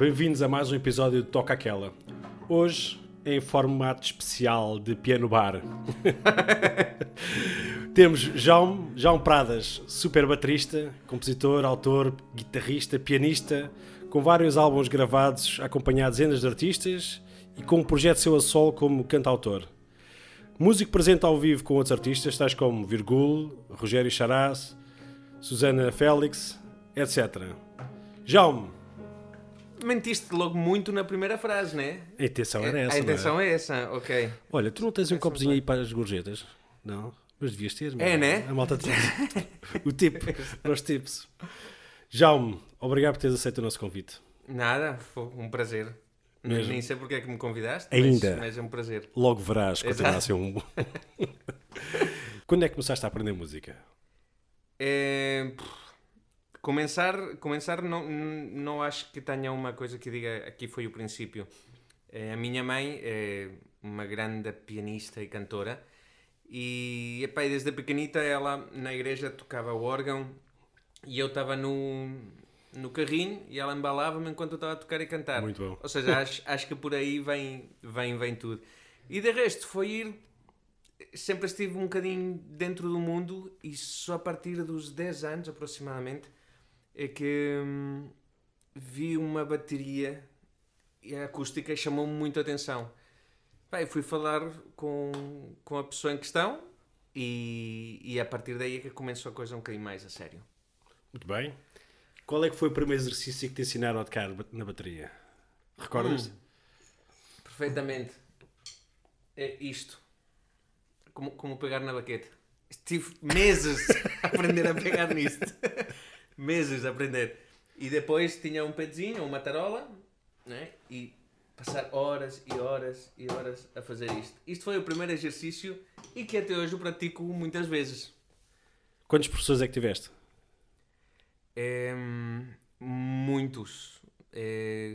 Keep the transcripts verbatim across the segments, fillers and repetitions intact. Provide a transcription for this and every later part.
Bem-vindos a mais um episódio de Toca Aquela. Hoje, em formato especial de piano bar. Temos Jaume, Jaume Pradas, super baterista, compositor, autor, guitarrista, pianista, com vários álbuns gravados, acompanhado de dezenas de artistas e com um projeto seu a solo como cantautor. Músico presente ao vivo com outros artistas, tais como Virgul, Rogério Charás, Susana Félix, etcétera. Jaume. Mentiste logo muito na primeira frase, não é? A intenção era essa, A intenção não é? é essa, ok. Olha, tu não tens um copozinho aí para as gorjetas? Não? Mas devias ter. É, né? A malta tem. O tip, para os tips. Jaume, obrigado por teres aceito o nosso convite. Nada, foi um prazer. Mesmo. Nem sei porque é que me convidaste, Ainda. mas, mas é um prazer. Logo verás quando Exato. nasce um... Quando é que começaste a aprender música? É, pff, começar, começar não, não acho que tenha uma coisa que diga aqui foi o princípio. É, a minha mãe é uma grande pianista e cantora e epá, desde pequenita ela na igreja tocava o órgão e eu estava no, no carrinho e ela embalava-me enquanto eu estava a tocar e cantar. Muito bom. Ou seja, acho, acho que por aí vem, vem, vem tudo. E de resto foi ir... Sempre estive um bocadinho dentro do mundo e só a partir dos dez anos aproximadamente é que hum, vi uma bateria e a acústica chamou-me muito a atenção. Bem, fui falar com, com a pessoa em questão e, e a partir daí é que começou a coisa um bocadinho mais a sério. Muito bem. Qual é que foi o primeiro exercício que te ensinaram a tocar na bateria? Recordas-te? Hum, perfeitamente. É isto. Como, como pegar na baqueta. Estive meses a aprender a pegar nisto. Meses a aprender. E depois tinha um pedezinho, uma tarola, né? E passar horas e horas e horas a fazer isto. Isto foi o primeiro exercício e que até hoje eu pratico muitas vezes. Quantos professores é que tiveste? É, muitos. É,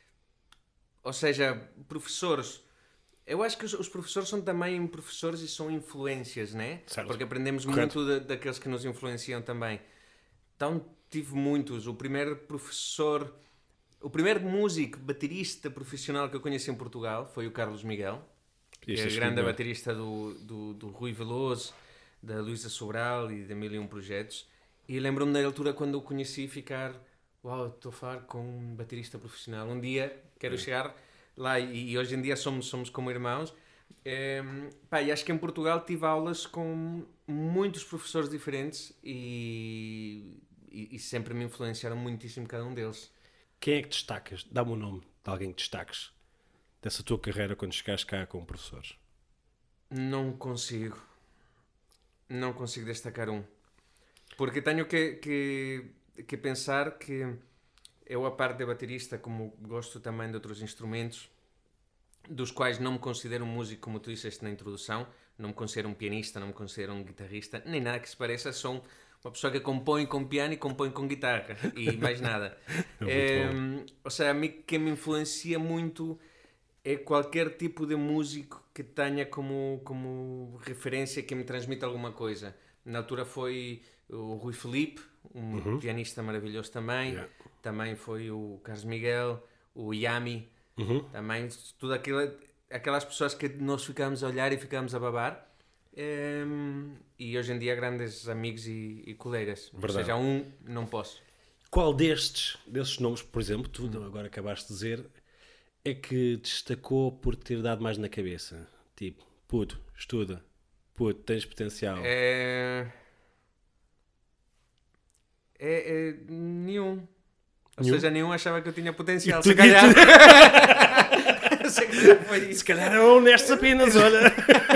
ou seja, professores... Eu acho que os, os professores são também professores e são influências, né? Certo. Porque aprendemos Correto. muito da, daqueles que nos influenciam também. Então tive muitos. O primeiro professor, o primeiro músico, baterista profissional que eu conheci em Portugal foi o Carlos Miguel, que é a grande baterista do, do, do Rui Veloso, da Luísa Sobral e de mil e um projetos. E lembro-me da altura quando o conheci ficar, uau, estou a falar com um baterista profissional. Um dia quero é. chegar... lá e, e hoje em dia somos, somos como irmãos. É, pá, e acho que em Portugal tive aulas com muitos professores diferentes e, e, e sempre me influenciaram muitíssimo cada um deles. Quem é que destacas? Dá-me um nome de alguém que destaques dessa tua carreira quando chegaste cá com professores. Não consigo. Não consigo destacar um. Porque tenho que, que, que pensar que eu, a parte de baterista, como gosto também de outros instrumentos, dos quais não me considero um músico, como tu disseste na introdução, não me considero um pianista, não me considero um guitarrista, nem nada que se pareça, sou uma pessoa que compõe com piano e compõe com guitarra, e mais nada. é, ou seja, a mim que me influencia muito é qualquer tipo de músico que tenha como, como referência, que me transmita alguma coisa. Na altura foi o Rui Filipe, um uhum. pianista maravilhoso também. Yeah. Também foi o Carlos Miguel, o Yami. Uhum. Também, tudo aquilo, aquelas pessoas que nós ficámos a olhar e ficámos a babar. Um, e hoje em dia grandes amigos e, e colegas. Verdade. Ou seja, um não posso. Qual destes, destes nomes, por exemplo, tu agora acabaste de dizer, é que destacou por ter dado mais na cabeça? Tipo, puto, estuda. Puto, tens potencial. É... É, é nenhum. Ou nenhum? seja, nenhum achava que eu tinha potencial. Se calhar... Se calhar foi isso. Se calhar é honesto apenas, olha.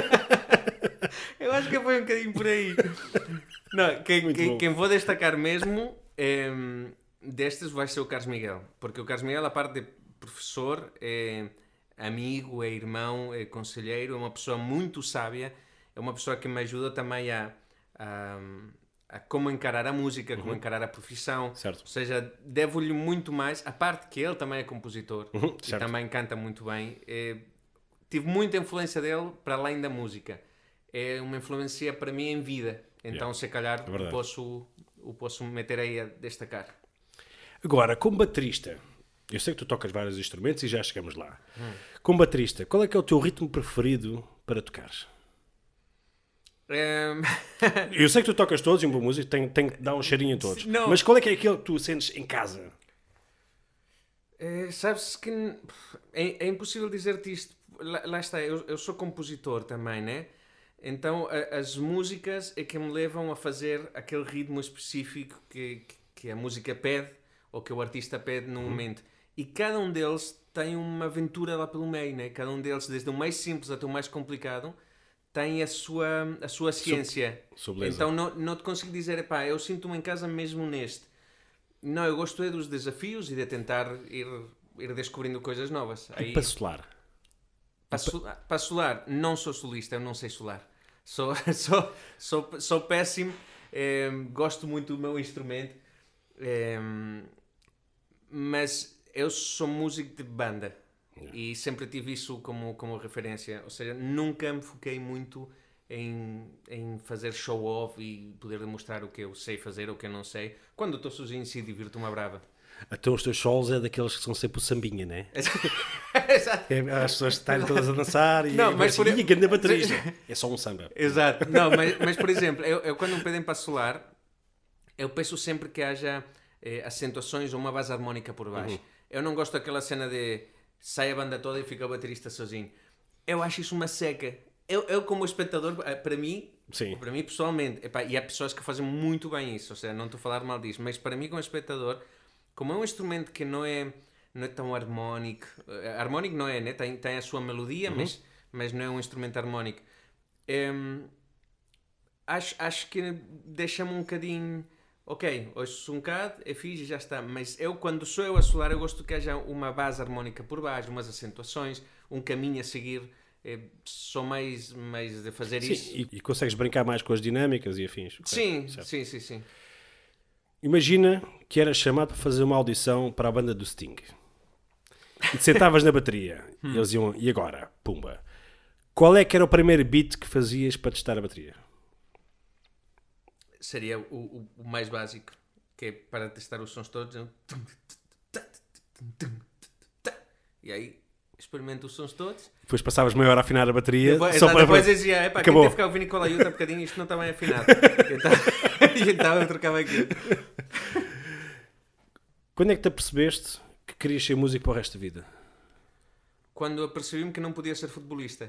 Eu acho que foi um bocadinho por aí. Não, quem, quem, quem vou destacar mesmo é, destes vai ser o Carlos Miguel. Porque o Carlos Miguel, a parte de professor, é amigo, é irmão, é conselheiro, é uma pessoa muito sábia, é uma pessoa que me ajuda também a... a a como encarar a música, como uhum. encarar a profissão. Certo. Ou seja, devo-lhe muito mais, a parte que ele também é compositor uhum. e também canta muito bem. É, tive muita influência dele para além da música. É uma influência para mim em vida. Então, yeah. se calhar, é o, posso, o posso meter aí a destacar. Agora, como baterista, Eu sei que tu tocas vários instrumentos e já chegamos lá. Hum. Como baterista, qual é que é o teu ritmo preferido para tocar? Um... Eu sei que tu tocas todos em boa música, tem, tem que dar um cheirinho a todos. Não. Mas qual é que é aquele que tu sentes em casa? É, sabes que é, é impossível dizer-te isto. Lá, lá está, eu, eu sou compositor também, né? Então a, as músicas é que me levam a fazer aquele ritmo específico que, que, que a música pede ou que o artista pede no hum. momento. E cada um deles tem uma aventura lá pelo meio, né? Cada um deles, desde o mais simples até o mais complicado, tem a sua, a sua ciência. Sub, sub então não, não te consigo dizer, epá, eu sinto-me em casa mesmo neste. Não, eu gosto é dos desafios e de tentar ir, ir descobrindo coisas novas. Aí, e para solar? Para, so, para solar, não sou solista, eu não sei solar. Sou, sou, sou, sou péssimo, é, gosto muito do meu instrumento, é, mas eu sou músico de banda. Yeah. E sempre tive isso como, como referência. Ou seja, nunca me foquei muito em, em fazer show-off e poder demonstrar o que eu sei fazer ou o que eu não sei. Quando estou sozinho, sim, divirto uma brava. Então os teus solos é daqueles que são sempre o sambinha, não é? Exato. É, as pessoas estarem todas a dançar e não, mas assim, por... e grande baterista. É só um samba. Exato. Não, mas, mas por exemplo, eu, eu quando me pedem para solar, eu peço sempre que haja eh, acentuações ou uma base harmónica por baixo. Uhum. Eu não gosto daquela cena de sai a banda toda e fica o baterista sozinho. Eu acho isso uma seca. Eu, eu como espectador, para mim, Sim. para mim pessoalmente, epá, e há pessoas que fazem muito bem isso, ou seja, não estou a falar mal disso, mas para mim como espectador, como é um instrumento que não é, não é tão harmónico, harmónico não é, né? tem, tem a sua melodia, uhum. mas, mas não é um instrumento harmónico. Um, acho, acho que deixa-me um bocadinho... Ok, ouço um bocado, é fixe e já está. Mas eu, quando sou eu a solar, eu gosto que haja uma base harmónica por baixo, umas acentuações, um caminho a seguir. É, sou mais, mais de fazer sim, isso. E, e consegues brincar mais com as dinâmicas e afins. Sim, sim, sim, sim. Imagina que eras chamado para fazer uma audição para a banda do Sting. E te sentavas na bateria. E eles iam, e agora? Pumba. Qual é que era o primeiro beat que fazias para testar a bateria? Seria o, o, o mais básico, que é para testar os sons todos. Eu... E aí experimento os sons todos. Depois passavas meia hora a afinar a bateria. Depois, só exato, para... depois dizia, é pá, quem teve que ficar ouvindo Nicola Yuta um bocadinho, isto não está bem afinado. E então eu trocava aquilo. Quando é que te apercebeste que querias ser músico para o resto da vida? Quando apercebi-me que não podia ser futebolista.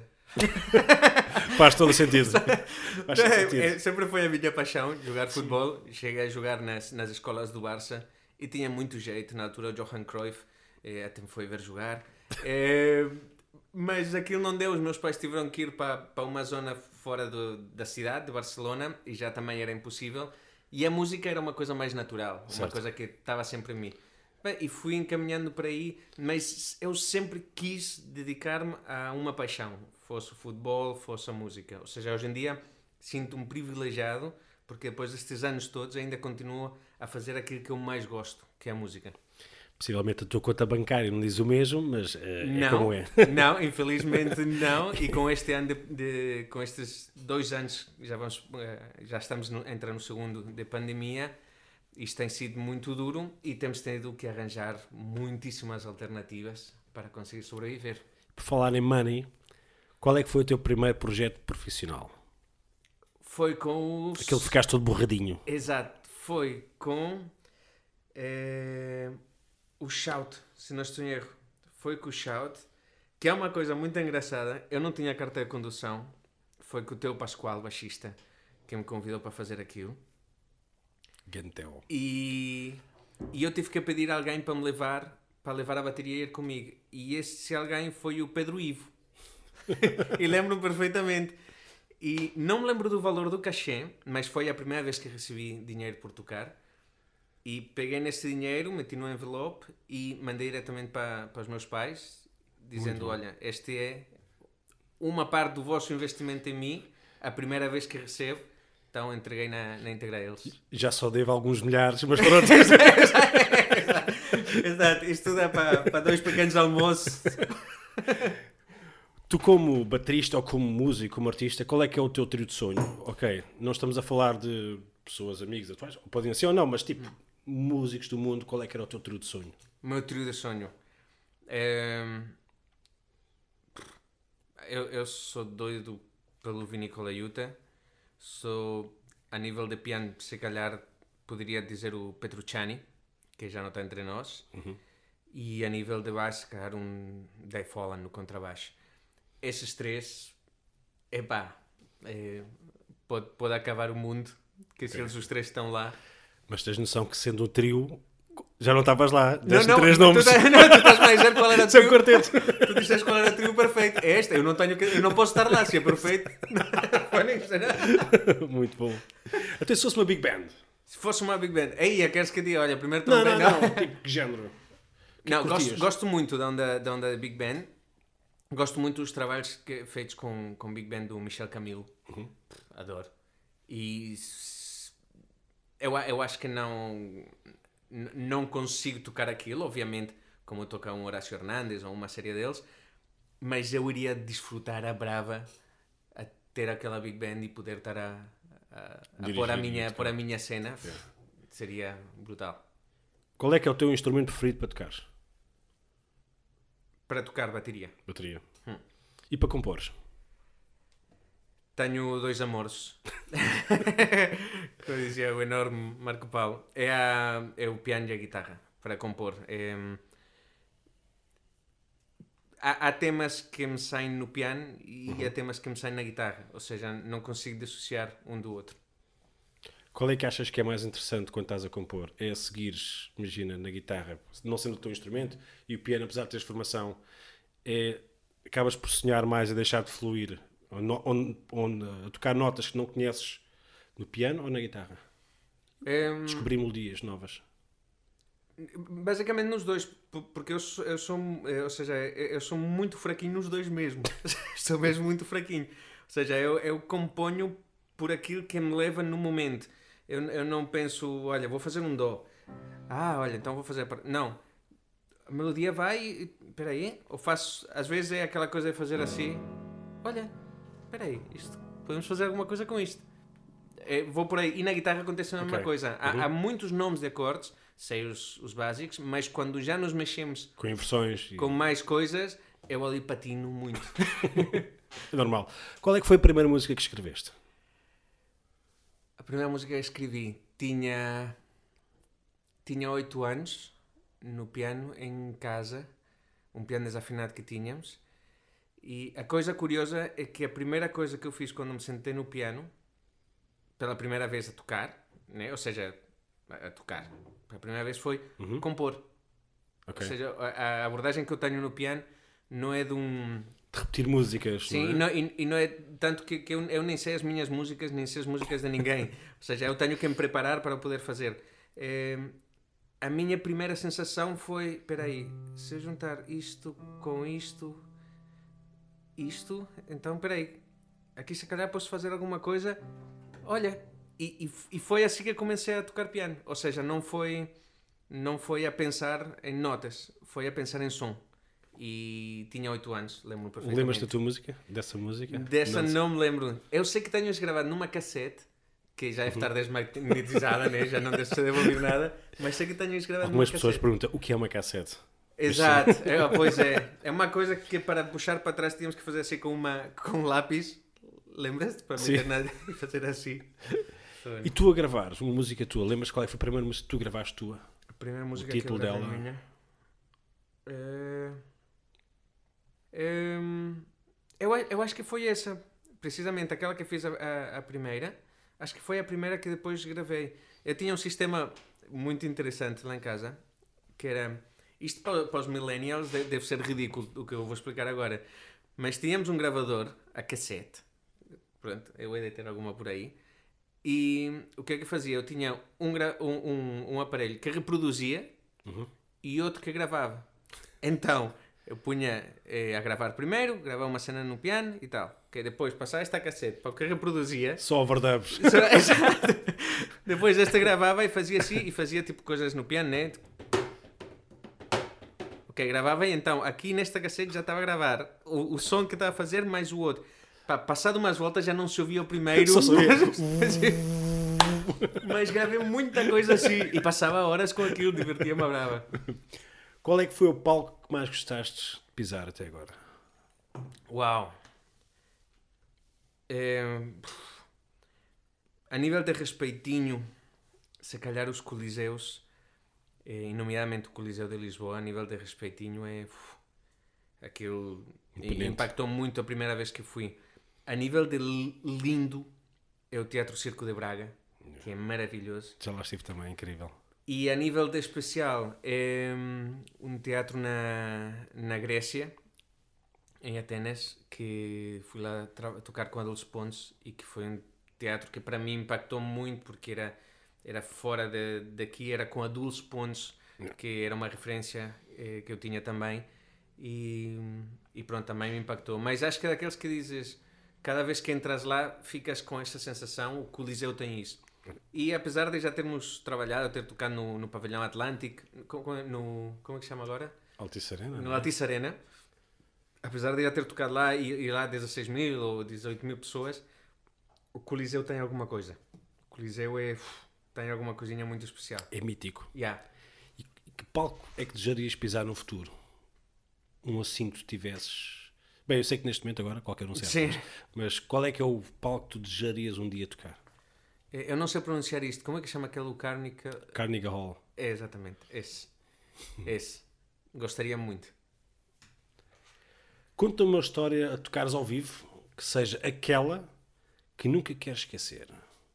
Faz todo o sentido. Faz todo sentido. É, sempre foi a minha paixão, jogar futebol. Cheguei a jogar nas, nas escolas do Barça e tinha muito jeito. Na altura o Johan Cruyff eh, até me foi ver jogar. Eh, mas aquilo não deu. Os meus pais tiveram que ir para, para uma zona fora do, da cidade, de Barcelona, e já também era impossível. E a música era uma coisa mais natural, certo. Uma coisa que estava sempre em mim. Bem, e fui encaminhando por aí, mas eu sempre quis dedicar-me a uma paixão, fosse o futebol, fosse a música. Ou seja, hoje em dia sinto-me privilegiado, porque depois destes anos todos ainda continuo a fazer aquilo que eu mais gosto, que é a música. Possivelmente a tua conta bancária não diz o mesmo, mas uh, não, é como é. Não, infelizmente não. E com este ano de, de com estes dois anos, já vamos, uh, já estamos no, entrando no segundo de pandemia. Isto tem sido muito duro e temos tido que arranjar muitíssimas alternativas para conseguir sobreviver. Por falar em money, qual é que foi o teu primeiro projeto profissional? Foi com os... Aquele que ficaste todo borradinho. Exato. Foi com é... o Shout, se não estou em erro. Foi com o Shout, que é uma coisa muito engraçada. Eu não tinha carteira de condução. Foi com o Teo Pascoal, baixista, que me convidou para fazer aquilo. Gantel. E, e eu tive que pedir a alguém para me levar, para levar a bateria e ir comigo. E esse alguém foi o Pedro Ivo. E lembro-me perfeitamente. E não me lembro do valor do cachê, mas foi a primeira vez que recebi dinheiro por tocar. E peguei nesse dinheiro, meti no envelope e mandei diretamente para, para os meus pais, dizendo, olha, este é uma parte do vosso investimento em mim, a primeira vez que recebo. Então entreguei na, na íntegra a eles. Já só devo alguns milhares, mas pronto. Exato, isto tudo é para, para dois pequenos almoços. Tu como baterista ou como músico, como artista, qual é que é o teu trio de sonho? Ok, não estamos a falar de pessoas, amigos atuais, podem ser ou não, mas tipo, músicos do mundo, qual é que era o teu trio de sonho? O meu trio de sonho. É... Eu, eu sou doido pelo Vinny Colaiuta. Sou, a nível de piano, se calhar poderia dizer o Petrucciani, que já não está entre nós. Uhum. E a nível de baixo, se calhar um Dave Holland no contrabaixo. Esses três, epá, é, pode, pode acabar o mundo, que se eles os três estão lá. Mas tens noção que sendo um trio, já não estavas lá, Não, deste não, três tu, nomes. tá- não, tu estás mais a dizer qual era o Seu trio. quarteto. Tu disseste qual era o trio perfeito. É este, eu não tenho que- eu não posso estar lá, se é perfeito. Não, nem sei nada. Muito bom. Até se fosse uma Big Band. Se fosse uma Big Band, aí queres que eu diga, olha, primeiro Não, também não, não. Tipo, que género? Que Não, curtias? gosto, gosto muito da onda, da onda Big Band. Gosto muito dos trabalhos que, feitos com, com Big Band do Michel Camilo. Uhum. Adoro. E s- eu, a- eu acho que não, n- não consigo tocar aquilo, obviamente, como toca um Horácio Hernandes ou uma série deles, mas eu iria desfrutar a brava a ter aquela Big Band e poder estar a, a, a Dirigir pôr, a e minha, tocar. pôr a minha cena. Seria brutal. Qual é que é o teu instrumento preferido para tocar? Para tocar bateria. Bateria. Hum. E para compor? Tenho dois amores. Como dizia o enorme Marco Paulo. É, a, é o piano e a guitarra para compor. É, há, há temas que me saem no piano e Uhum. há temas que me saem na guitarra. Ou seja, não consigo dissociar um do outro. Qual é que achas que é mais interessante quando estás a compor? É seguires, imagina, na guitarra, não sendo o teu instrumento, e o piano, apesar de teres formação, é, acabas por sonhar mais a deixar de fluir, ou, no, ou, ou a tocar notas que não conheces no piano ou na guitarra? É, Descobrir melodias novas. basicamente nos dois, p- porque eu sou, eu sou, eh, ou seja, eu sou muito fraquinho nos dois mesmo. Sou mesmo muito fraquinho. Ou seja, eu, eu componho por aquilo que me leva no momento. Eu, eu não penso, olha, vou fazer um dó. Ah, olha, então vou fazer... a par-" Não. A melodia vai e... Espera aí. Ou faço... Às vezes é aquela coisa de fazer assim. Olha, espera aí. Isto, podemos fazer alguma coisa com isto. É, vou por aí. E na guitarra acontece a mesma Ok. coisa. Há, Uhum. há muitos nomes de acordes, sei os, os básicos, mas quando já nos mexemos Com inversões. E... com mais coisas, eu ali patino muito. É normal. Qual é que foi a primeira música que escreveste? A primeira música que eu escrevi tinha tinha oito anos, no piano, em casa, um piano desafinado que tínhamos, e a coisa curiosa é que a primeira coisa que eu fiz quando me sentei no piano, pela primeira vez a tocar, né? Ou seja, a, a tocar, pela primeira vez foi Uhum. compor. Ok. Ou seja, a, a abordagem que eu tenho no piano não é de um... De repetir músicas. Sim, não é? e, não, e, e não é tanto que, que eu, eu nem sei as minhas músicas, nem sei as músicas de ninguém. Ou seja, eu tenho que me preparar para poder fazer. Eh, a minha primeira sensação foi: espera aí, se eu juntar isto com isto, isto, então espera aí, aqui se calhar posso fazer alguma coisa. Olha, e, e, e foi assim que eu comecei a tocar piano. Ou seja, não foi, não foi a pensar em notas, foi a pensar em som. E tinha oito anos, lembro-me perfeitamente. Lembras da tua música? Dessa música? Dessa Não sei. não me lembro. Eu sei que tenho-as gravado numa cassete, que já deve estar desmagnetizada, né? Já não deve saber ouvir nada, mas sei que tenho-as gravado Algumas numa pessoas cassete. perguntam o que é uma cassete. Exato, é, pois é. É uma coisa que para puxar para trás tínhamos que fazer assim com, uma, com um lápis. Lembras-te? Para Sim. meter nada e fazer assim. E tu a gravares uma música tua, lembras qual é que foi a primeira música que tu gravaste tua? A primeira música título que eu gravei dela. minha. É... Hum, eu, a- eu acho que foi essa, precisamente aquela que eu fiz a, a, a primeira. Acho que foi a primeira que depois gravei. Eu tinha um sistema muito interessante lá em casa, que era... Isto para, para os millennials deve, deve ser ridículo o que eu vou explicar agora, mas tínhamos um gravador a cassete. Pronto, eu hei de ter alguma por aí. E o que é que eu fazia? Eu tinha um, gra- um, um, um aparelho que reproduzia Uhum. e outro que gravava. Então, eu punha eh, a gravar primeiro, gravava uma cena no piano e tal. Okay, depois passava esta cassete para o que reproduzia. Só overdubs. Exato. Depois esta gravava e fazia assim, e fazia tipo coisas no piano, né? Ok, gravava e então aqui nesta cassete já estava a gravar o, o som que estava a fazer mais o outro. Pá, passado umas voltas já não se ouvia o primeiro. Só se ouvia. Mas gravei muita coisa assim e passava horas com aquilo, divertia-me a brava. Qual é que foi o palco que mais gostaste de pisar até agora? Uau! É... A nível de respeitinho, se calhar os coliseus, e nomeadamente o Coliseu de Lisboa, a nível de respeitinho é... Uf, aquilo Imponente. Impactou muito a primeira vez que fui. A nível de lindo, é o Teatro Circo de Braga, que é maravilhoso. Já lá estive também, incrível. E a nível de especial, é um teatro na, na Grécia, em Atenas, que fui lá tra- tocar com a Dulce Pontes e que foi um teatro que para mim impactou muito, porque era, era fora de, daqui, era com a Dulce Pontes, que era uma referência eh, que eu tinha também, e, e pronto, também me impactou. Mas acho que é daqueles que dizes, cada vez que entras lá, ficas com essa sensação, o Coliseu tem isso. E apesar de já termos trabalhado, ter tocado no, no Pavilhão Atlântico, no, no, como é que chama agora? Altice Arena, No não é? Altice Arena, apesar de já ter tocado lá e, e lá dezasseis mil ou dezoito mil pessoas, o Coliseu tem alguma coisa. O Coliseu é, uf, tem alguma coisinha muito especial. É mítico. Yeah. E que palco é que desejarias pisar no futuro? Um assim que tu tivesses... Bem, eu sei que neste momento agora qualquer um serve. Sim. Mas, mas qual é que é o palco que tu desejarias um dia tocar? Eu não sei pronunciar isto. Como é que chama aquele Carnica? Carnegie Hall. É, exatamente. Esse. Esse. Gostaria muito. Conta-me uma história a tocares ao vivo que seja aquela que nunca queres esquecer.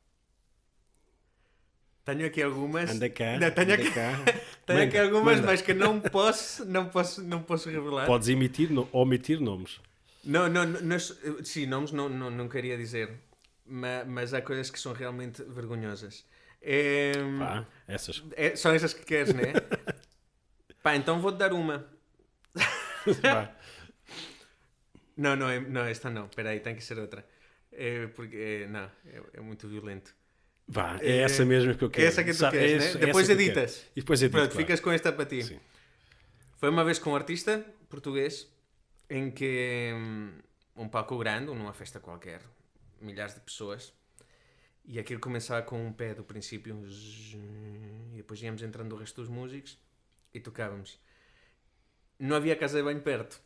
Tenho aqui algumas. Anda cá, Não, tenho anda aqui, cá. tenho Manda, aqui algumas, manda. mas que não posso, não posso, não posso revelar. Podes emitir ou omitir nomes. Não, não, não, nós- sim, nomes não, não, não queria dizer, mas, mas há coisas que são realmente vergonhosas. É, Pá, essas. é- são essas que queres, não é? Pá, então vou-te dar uma. Vá. Não, não, é, não, esta não. Espera aí, tem que ser outra. É, porque, é, não, é, é muito violento. Vá, é essa mesmo que eu quero. É essa que tu Sabe, queres, é né? essa- Depois essa que eu editas. quero. E depois edito, Pronto, claro. ficas com esta para ti. Sim. Foi uma vez com um artista português em que hum, um palco grande, numa festa qualquer, milhares de pessoas, e aquilo começava com um pé do princípio, zzz, e depois íamos entrando o resto dos músicos e tocávamos. Não havia casa de banho perto.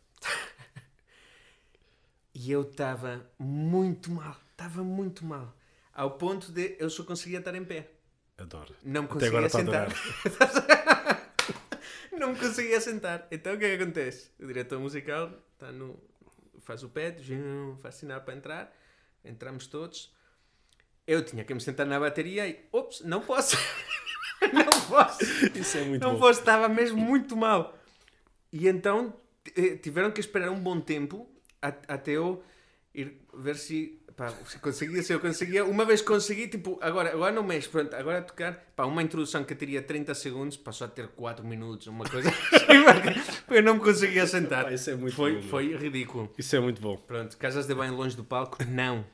E eu estava muito mal, estava muito mal, ao ponto de eu só conseguia estar em pé. Adoro. Não me Até agora conseguia estou a sentar. Não me conseguia sentar. Então o que é que acontece? O diretor musical tá no... faz o pé, zum, faz sinal para entrar. Entramos todos. Eu tinha que me sentar na bateria e... Ops, não posso. Não posso. Isso é muito Não bom. posso, estava mesmo muito mal. E então eh, tiveram que esperar um bom tempo a- até eu ir ver se... Pá, se conseguia, se eu conseguia, uma vez consegui, tipo, agora, agora não mexe, pronto, agora a tocar, pá, uma introdução que teria trinta segundos, passou a ter quatro minutos, uma coisa assim, porque eu não me conseguia sentar. Pá, isso é muito foi, bom, foi ridículo. Isso é muito bom. Pronto, casas de banho longe do palco, não.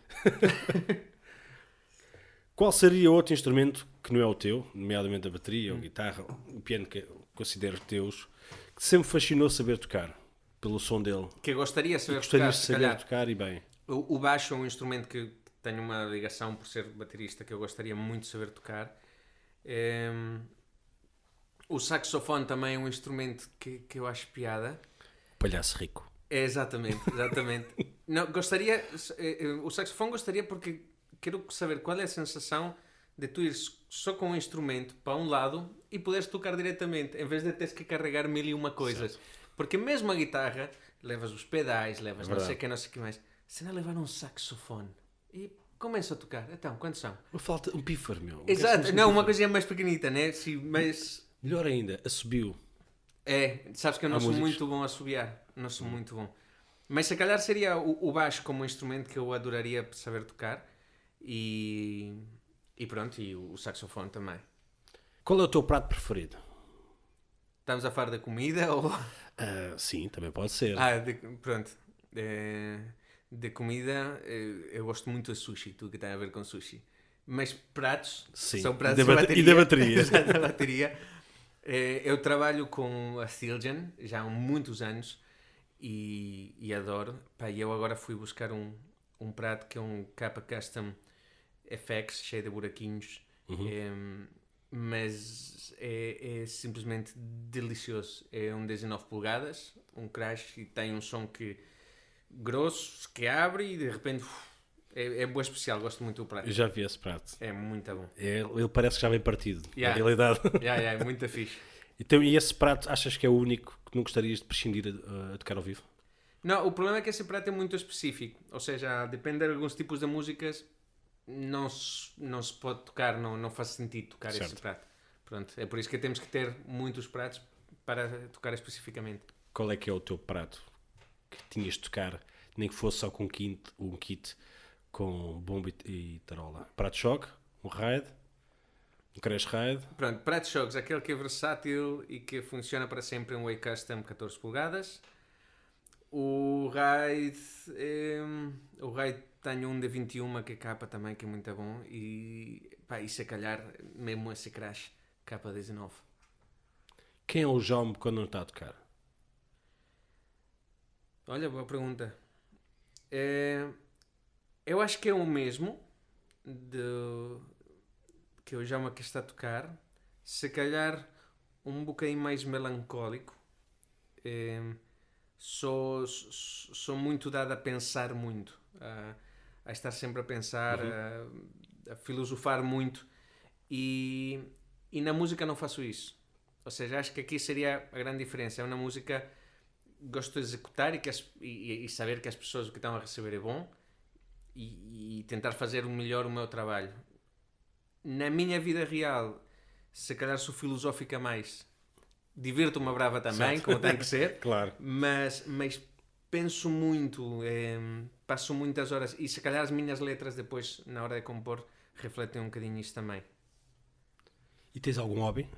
Qual seria outro instrumento que não é o teu, nomeadamente a bateria, ou a guitarra, o piano que consideras teus, que sempre fascinou saber tocar, pelo som dele? Que eu gostaria de E saber gostarias tocar, de se saber calhar. tocar e bem. O, o baixo é um instrumento que tenho uma ligação por ser baterista que eu gostaria muito de saber tocar. Ehm, o saxofone também é um instrumento que, que eu acho piada. Palhaço rico. É, exatamente, exatamente. Não, gostaria, eh, eh, o saxofone gostaria porque quero saber qual é a sensação de tu ir só com um instrumento para um lado e poderes tocar diretamente, em vez de teres que carregar mil e uma coisas. Certo. Porque mesmo a guitarra, levas os pedais, levas É não sei verdade. o que, não sei o que mais. Se não levar um saxofone e começa a tocar, então, quantos são? Uma falta, um pífaro, meu. Exato, Um não, uma pífaro. coisinha mais pequenita, né? Sim, mas... Melhor ainda, assobio. É, sabes que eu não Há sou músicos. muito bom a assobiar. Não sou muito bom. Mas se calhar seria o, o baixo como um instrumento que eu adoraria saber tocar. E, e pronto, e o, o saxofone também. Qual é o teu prato preferido? Estamos a falar da comida ou... Ah, sim, também pode ser. Ah, de, pronto. É, de comida, eh, eu gosto muito de sushi, tudo que tem a ver com sushi. Mas pratos, Sim. são pratos E da da bate- e da bateria. Exato, da bateria. Eh, Eu trabalho com a Stilgen já há muitos anos e, e adoro. Pá, e eu agora fui buscar um, um prato que é um Kappa Custom F X cheio de buraquinhos. Uhum. Em, mas é, é simplesmente delicioso. É um dezenove polegadas, um Crash, e tem um som que grosso, que abre e de repente uf, é, é boa especial, gosto muito do prato. Eu já vi esse prato. É muito bom. É, ele parece que já vem partido, Yeah. na realidade. Yeah, yeah, é muito fixe. Então, e esse prato, achas que é o único que não gostarias de prescindir a, a tocar ao vivo? Não, o problema é que esse prato é muito específico. Ou seja, depende de alguns tipos de músicas, não se, não se pode tocar, não, não faz sentido tocar Certo. esse prato. Pronto, é por isso que temos que ter muitos pratos para tocar especificamente. Qual é que é o teu prato que tinhas de tocar, nem que fosse só com um kit, um kit com bomba e, e tarola? Prato de choque, um raid, um crash raid. Pronto, prato de jogos, aquele que é versátil e que funciona para sempre, um Way Custom catorze polegadas. O RAID, é, o RAID tem um de vinte e um que é capa também, que é muito bom. E, pá, e se calhar mesmo esse Crash capa dezenove. Quem é o Jaume quando não está a tocar? Olha, boa pergunta. É, eu acho que é o mesmo de, que o Jaume que está a tocar. Se calhar um bocadinho mais melancólico. É, sou, sou muito dado a pensar muito. A, a estar sempre a pensar, uhum. a, a filosofar muito. E, e na música não faço isso. Ou seja, acho que aqui seria a grande diferença. É uma música... gosto de executar e, que as, e, e saber que as pessoas o que estão a receber é bom e, e tentar fazer o melhor o meu trabalho. Na minha vida real, se calhar sou filosófica mais, divirto-me a brava também, certo. Como tem que ser, claro. mas, mas penso muito, é, passo muitas horas e se calhar as minhas letras depois, na hora de compor, refletem um bocadinho isso também. E tens algum hobby?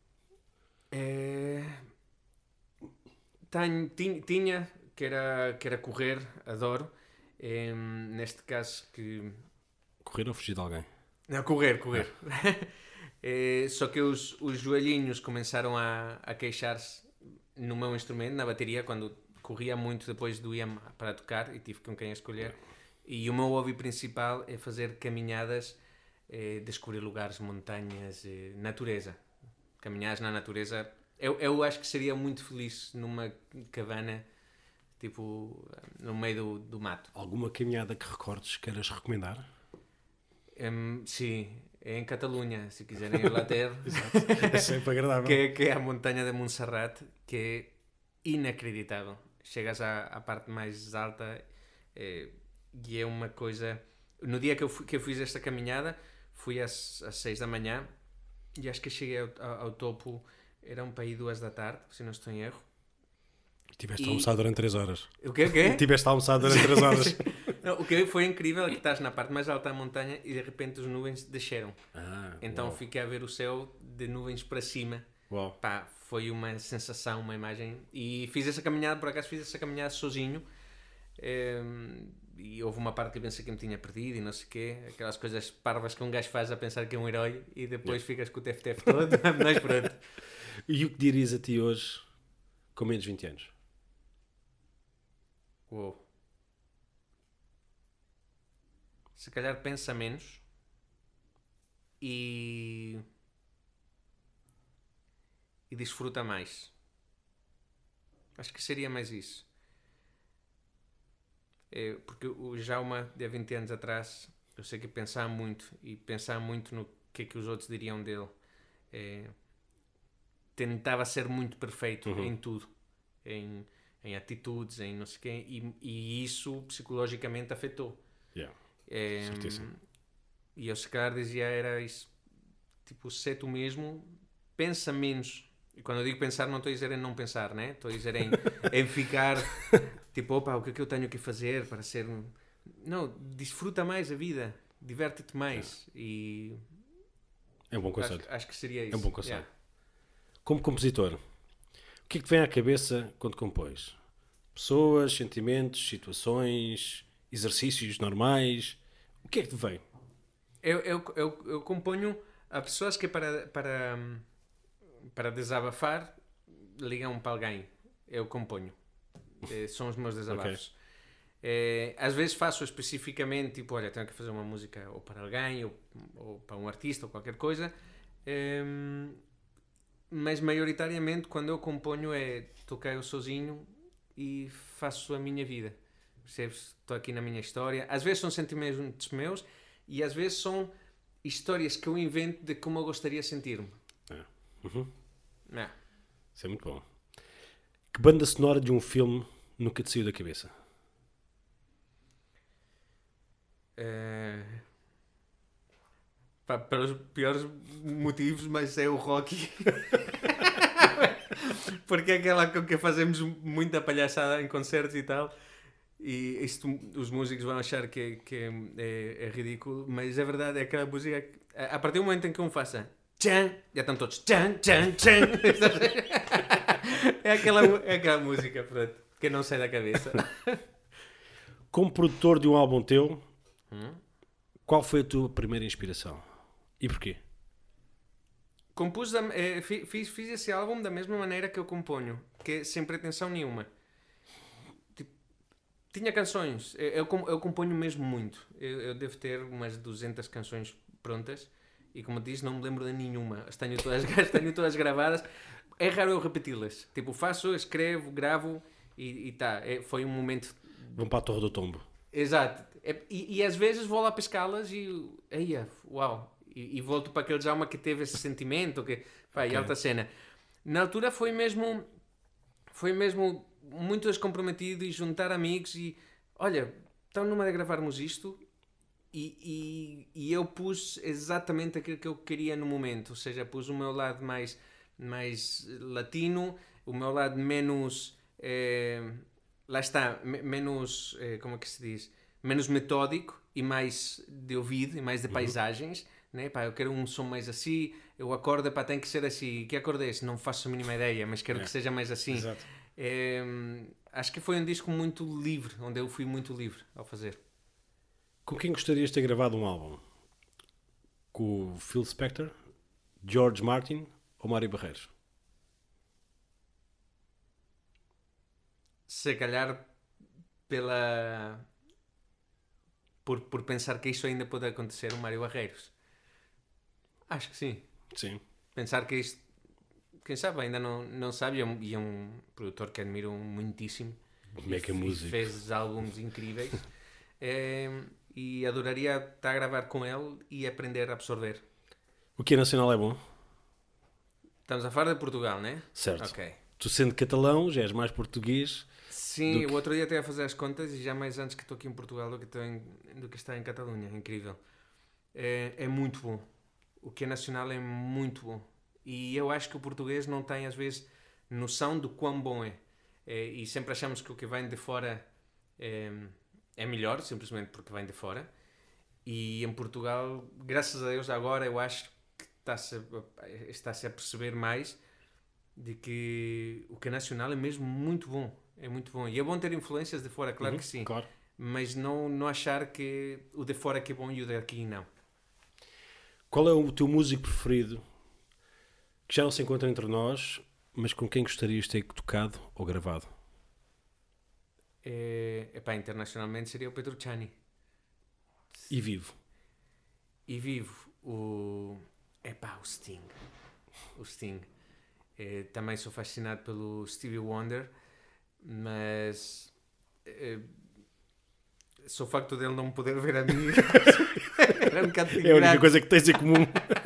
É... Tenho, tinha, tinha que, era, que era correr, adoro. É, neste caso que... Correr ou fugir de alguém? Não, correr, correr. É, só que os, os joelhinhos começaram a, a queixar-se no meu instrumento, na bateria, quando corria muito, depois doía-me para tocar e tive com quem escolher. E o meu hobby principal é fazer caminhadas, é, descobrir lugares, montanhas, é, natureza. Caminhadas na natureza... Eu, eu acho que seria muito feliz numa cabana, tipo, no meio do, do mato. Alguma caminhada que recordes queiras recomendar? Um, sim, é em Catalunha, se quiserem ir lá ter. Exato, é sempre agradável. Que, que é a montanha de Montserrat, que é inacreditável. Chegas à, à parte mais alta é, e é uma coisa... No dia que eu, fui, que eu fiz esta caminhada, fui às, às seis da manhã e acho que cheguei ao, ao, ao topo... Eram para aí duas da tarde, se não estou em erro. Tiveste e... almoçado durante três horas. O quê? O quê? Tiveste almoçado durante três horas. Não, o que foi incrível é que estás na parte mais alta da montanha e de repente as nuvens desceram. Ah, então uau. Fiquei a ver o céu de nuvens para cima. Uau. Pá, foi uma sensação, uma imagem. E fiz essa caminhada, por acaso fiz essa caminhada sozinho. Um, e houve uma parte que eu pensei que me tinha perdido e não sei o quê. Aquelas coisas parvas que um gajo faz a pensar que é um herói e depois yeah. ficas com o T F T F todo. Mas pronto. E o que dirias a ti hoje com menos de vinte anos? Uou. Se calhar pensa menos e e desfruta mais. Acho que seria mais isso. É, porque o Jaume de há vinte anos atrás, eu sei que pensava muito e pensava muito no que é que os outros diriam dele. É, tentava ser muito perfeito uhum. em tudo, em, em atitudes, em não sei o quê, e, e isso psicologicamente afetou. Yeah. É, e eu se calhar dizia, era isso, tipo, ser tu mesmo, pensa menos. E quando eu digo pensar, não estou a dizer em não pensar, né? Estou a dizer em, em ficar, tipo, opa, o que é que eu tenho que fazer para ser... Não, desfruta mais a vida, diverte-te mais. Yeah. E... É um bom conselho. Acho, acho que seria isso. É um bom conselho. Yeah. Como compositor, o que é que te vem à cabeça quando compões? Pessoas, sentimentos, situações, exercícios normais? O que é que te vem? Eu, eu, eu, eu componho a pessoas que para, para, para desabafar ligam para alguém. Eu componho. É, são os meus desabafos. Okay. É, às vezes faço especificamente, tipo, olha, tenho que fazer uma música ou para alguém, ou, ou para um artista, ou qualquer coisa. Um, mas maioritariamente quando eu componho é tocar eu sozinho e faço a minha vida, percebes? Estou aqui na minha história, às vezes são sentimentos meus e às vezes são histórias que eu invento de como eu gostaria de sentir-me. É. Uhum. É. Isso é muito bom. Que banda sonora de um filme nunca te saiu da cabeça? É... Pá, pelos piores motivos, mas é o Rocky. Porque é aquela com que fazemos muita palhaçada em concertos e tal. E isto, os músicos vão achar que, que é, é ridículo, mas a verdade é aquela música. A partir do momento em que um faça tchan, já estão todos tchan, tchan, tchan. É aquela, é aquela música, pronto, que não sai da cabeça. Como produtor de um álbum teu, Hum? qual foi a tua primeira inspiração? E porquê? Compus da, eh, fiz, fiz esse álbum da mesma maneira que eu componho, que é sem pretensão nenhuma. Tipo, tinha canções, eu, eu, eu componho mesmo muito. Eu, eu devo ter umas duzentas canções prontas e, como disse, não me lembro de nenhuma. As tenho todas, as tenho todas gravadas. É raro eu repeti-las. Tipo, faço, escrevo, gravo e, e tá. É, foi um momento... Vão para a Torre do Tombo. Exato. É, e, e às vezes vou lá pescá-las e... Eia, uau... E, e volto para aquele Djalma que teve esse sentimento, que pá, okay. E alta cena. Na altura foi mesmo foi mesmo muito descomprometido e juntar amigos e olha, estão numa de gravarmos isto e, e, e eu pus exatamente aquilo que eu queria no momento, ou seja, pus o meu lado mais, mais latino, o meu lado menos eh, lá está, me, menos eh, como é que se diz? Menos metódico e mais de ouvido e mais de paisagens. Uhum. Né? Pá, eu quero um som mais assim, eu acordo, pá, tem que ser assim. Que acorde é esse? Não faço a mínima ideia, mas quero é. que seja mais assim. Exato. É, acho que foi um disco muito livre, onde eu fui muito livre ao fazer. Com quem gostarias de ter gravado um álbum? Com o Phil Spector, George Martin ou Mário Barreiros? Se calhar pela... Por, por pensar que isso ainda pode acontecer, o Mário Barreiros. Acho que sim. Sim. Pensar que isto, quem sabe, ainda não, não sabe, e é, um, e é um produtor que admiro muitíssimo. Mega música. Fez álbuns incríveis. é, e adoraria estar a gravar com ele e aprender a absorver. O que é nacional é bom? Estamos a falar de Portugal, não é? Certo. Ok. Tu sendo catalão, já és mais português. Sim, que... o outro dia até a fazer as contas e já mais antes que estou aqui em Portugal do que, estou em, do que está em Catalunha. É incrível. É, é muito bom. O que é nacional é muito bom. E eu acho que o português não tem, às vezes, noção do quão bom é. é e sempre achamos que o que vem de fora é, é melhor, simplesmente porque vem de fora. E em Portugal, graças a Deus, agora eu acho que está-se a, está-se a perceber mais de que o que é nacional é mesmo muito bom. É muito bom. E é bom ter influências de fora, claro uhum, que sim. Claro. Mas não, não achar que o de fora que é bom e o daqui não. Qual é o teu músico preferido que já não se encontra entre nós, mas com quem gostarias de ter tocado ou gravado? É, epá, internacionalmente seria o Petrucciani. E vivo? E vivo o... Epá, o Sting. O Sting. É, também sou fascinado pelo Stevie Wonder, mas... É, só o facto dele não poder ver a mim era um bocado ingrato. É a única coisa que tens em comum.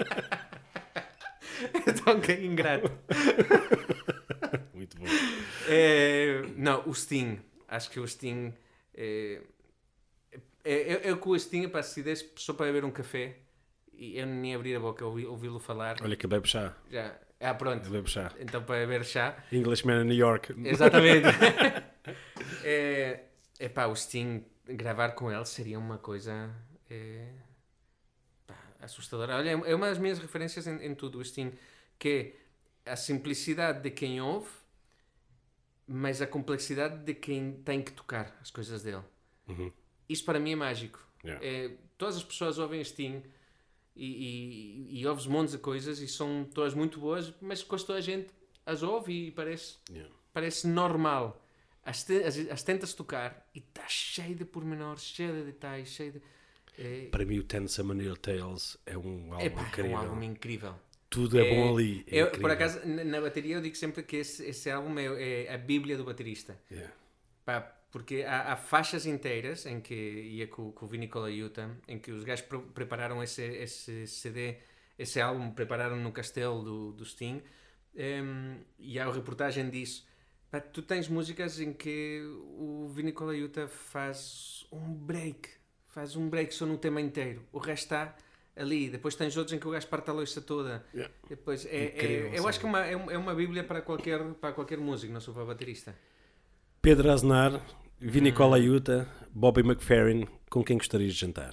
Então que é ingrato. Muito bom. É, não, o Sting. Acho que o Sting... É, é, eu com o Sting, para se desse só para beber um café e eu nem abrir a boca, ouvi, ouvi-lo falar. Olha que bebe chá. Já. Ah, pronto. Eu bebo chá. Então para beber chá. Englishman in New York. Exatamente. é, é pá, o Sting... Gravar com ele seria uma coisa é, pá, assustadora. Olha, é uma das minhas referências em, em tudo, o Sting, que é a simplicidade de quem ouve, mas a complexidade de quem tem que tocar as coisas dele. Uhum. Isso para mim é mágico. Yeah. É, todas as pessoas ouvem Sting e, e, e ouves montes de coisas e são todas muito boas, mas quase toda a gente as ouve e parece, yeah. parece normal. As, te, as, as tentas tocar e está cheio de pormenores, cheio de detalhes, cheio de... É... Para mim o Ten Summoner Tales é um álbum Epá, incrível. É um álbum incrível. Tudo é, é bom ali. É eu, por acaso, na, na bateria eu digo sempre que esse, esse álbum é, é a bíblia do baterista. Yeah. Pá, porque há, há faixas inteiras em que ia com, com o Vinny Colaiuta, em que os gajos pre- prepararam esse, esse C D, esse álbum, prepararam no castelo do, do Sting, um, e há a reportagem disso. Pá, tu tens músicas em que o Vinny Colaiuta faz um break, faz um break só no tema inteiro, o resto está ali. Depois tens outros em que o gajo parte a louça toda. Yeah. Depois é, Incrível, é, eu acho que é uma, é uma bíblia para qualquer, para qualquer músico, não só para baterista. Pedro Aznar, Vinny Colaiuta, Bobby McFerrin, com quem gostarias de jantar?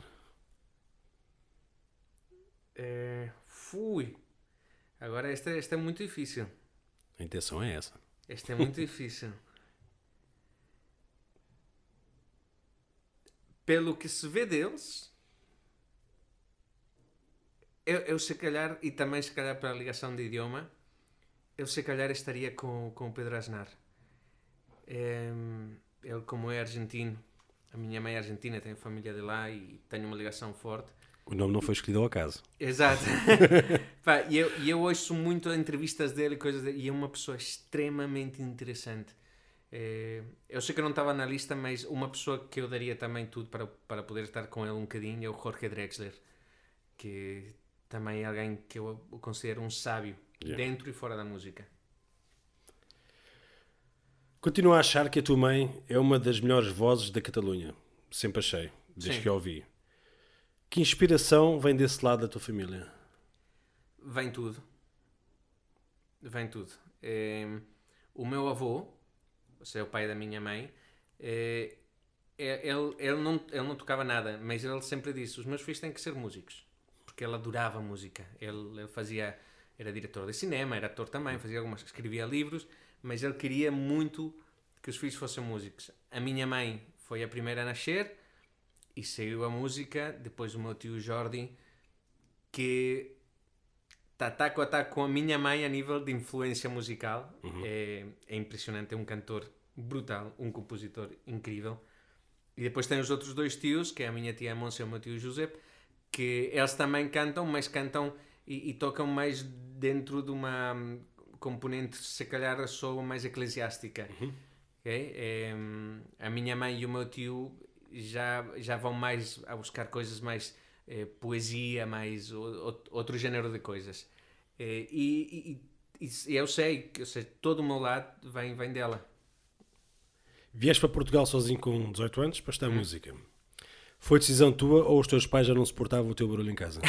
É, fui. Agora esta, esta é muito difícil. A intenção é essa. Esta é muito difícil. Pelo que se vê deles, eu, eu se calhar, e também se calhar para a ligação de idioma, eu se calhar estaria com, com o Pedro Aznar. É, ele, como é argentino, a minha mãe é argentina, tenho família de lá e tenho uma ligação forte. O nome não foi escolhido ao acaso. Exato. Pá, e eu, eu ouço muito entrevistas dele e coisas dele, e é uma pessoa extremamente interessante. É, eu sei que eu não estava na lista, mas uma pessoa que eu daria também tudo para, para poder estar com ele um bocadinho é o Jorge Drexler, que também é alguém que eu considero um sábio, yeah, dentro e fora da música. Continuo a achar que a tua mãe é uma das melhores vozes da Catalunha. Sempre achei, desde Sim. que a ouvi. Que inspiração vem desse lado da tua família? Vem tudo. Vem tudo. É, o meu avô, ou seja, o pai da minha mãe, é, é, ele, ele, não, ele não tocava nada, mas ele sempre disse, os meus filhos têm que ser músicos. Porque ele adorava música. Ele, ele fazia, era diretor de cinema, era ator também, fazia algumas, escrevia livros, mas ele queria muito que os filhos fossem músicos. A minha mãe foi a primeira a nascer e saiu a música, depois o meu tio Jordi, que está taco a taco com a minha mãe a nível de influência musical. Uhum. É, é impressionante, é um cantor brutal, um compositor incrível. E depois tem os outros dois tios, que é a minha tia Monse e o meu tio José, que eles também cantam, mas cantam e, e tocam mais dentro de uma componente, se calhar, só mais eclesiástica. Uhum. Okay? É, a minha mãe e o meu tio já, já vão mais a buscar coisas mais é, poesia, mais o, outro género de coisas. É, e, e, e eu sei que eu sei, todo o meu lado vem, vem dela. Vieste para Portugal sozinho com dezoito anos para estudar hum. música. Foi decisão tua ou os teus pais já não suportavam o teu barulho em casa?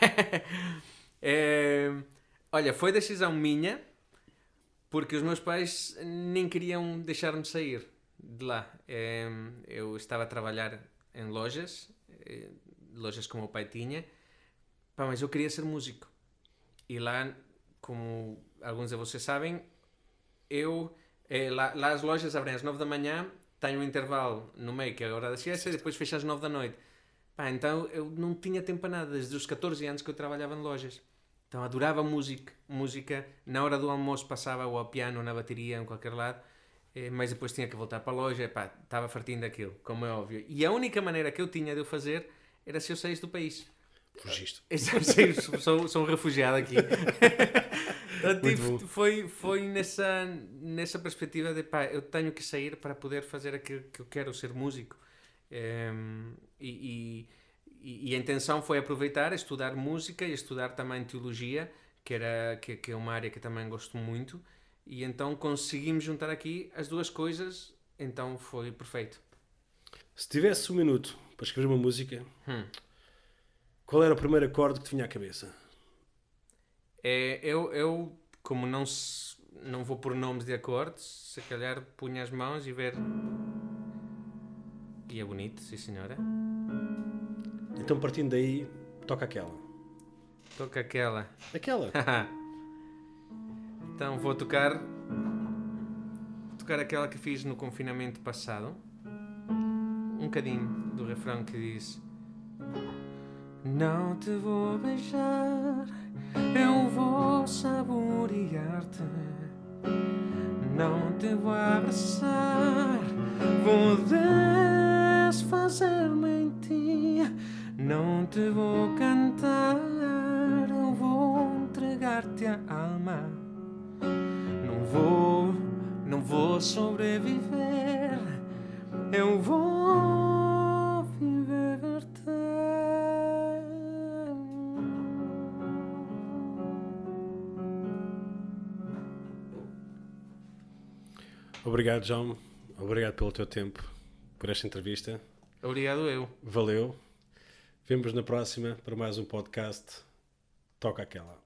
é, olha, foi decisão minha, porque os meus pais nem queriam deixar-me sair de lá. É, eu estava a trabalhar em lojas, lojas que o meu pai tinha, pá, mas eu queria ser músico. E lá, como alguns de vocês sabem, eu, é, lá, lá as lojas abrem às nove da manhã, tenho um intervalo no meio, que é a hora da siesta, e depois fecha às nove da noite. Pá, então eu não tinha tempo para nada, desde os catorze anos que eu trabalhava em lojas. Então adorava música, música. Na hora do almoço passava ou ao piano ou na bateria, em qualquer lado, mas depois tinha que voltar para a loja. Pá, estava fartinho daquilo, como é óbvio. E a única maneira que eu tinha de o fazer era se eu saísse do país. Fugiste. Exato, sou, sou um refugiado aqui. Então, tive, foi foi nessa, nessa perspectiva de, pá, eu tenho que sair para poder fazer aquilo que eu quero, ser músico. Um, e, e, e a intenção foi aproveitar, estudar música e estudar também teologia, que, era, que, que é uma área que também gosto muito. E então conseguimos juntar aqui as duas coisas, então foi perfeito. Se tivesse um minuto para escrever uma música, hum. qual era o primeiro acorde que te vinha à cabeça? É, eu, eu, como não, se, não vou por nomes de acordes, se calhar punha as mãos e ver... E é bonito, sim senhora. Então partindo daí, toca aquela. Toca aquela. Aquela? Então vou tocar... Vou tocar aquela que fiz no confinamento passado. Um bocadinho do refrão que diz... Não te vou beijar, eu vou saborear-te. Não te vou abraçar, vou desfazer-me em ti. Não te vou cantar, eu vou entregar minha alma. Não vou, não vou sobreviver. Eu vou viver-te. Obrigado, João. Obrigado pelo teu tempo, por esta entrevista. Obrigado eu. Valeu. Vemo-nos na próxima para mais um podcast. Toca aquela.